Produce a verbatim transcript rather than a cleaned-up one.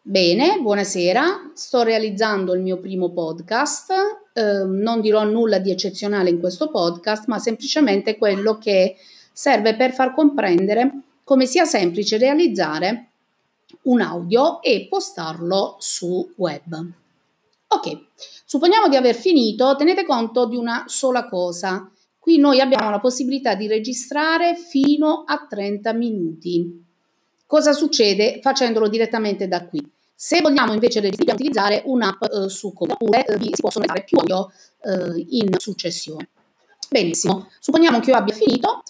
Bene, buonasera. Sto realizzando il mio primo podcast. Eh, non dirò nulla di eccezionale in questo podcast, ma semplicemente quello che serve per far comprendere come sia semplice realizzare un audio e postarlo su web. Ok, supponiamo di aver finito. Tenete conto di una sola cosa. Qui noi abbiamo la possibilità di registrare fino a trenta minuti. Cosa succede facendolo direttamente da qui? Se vogliamo invece registrare, utilizzare un'app eh, su come oppure eh, si possono fare più audio eh, in successione. Benissimo, supponiamo che io abbia finito,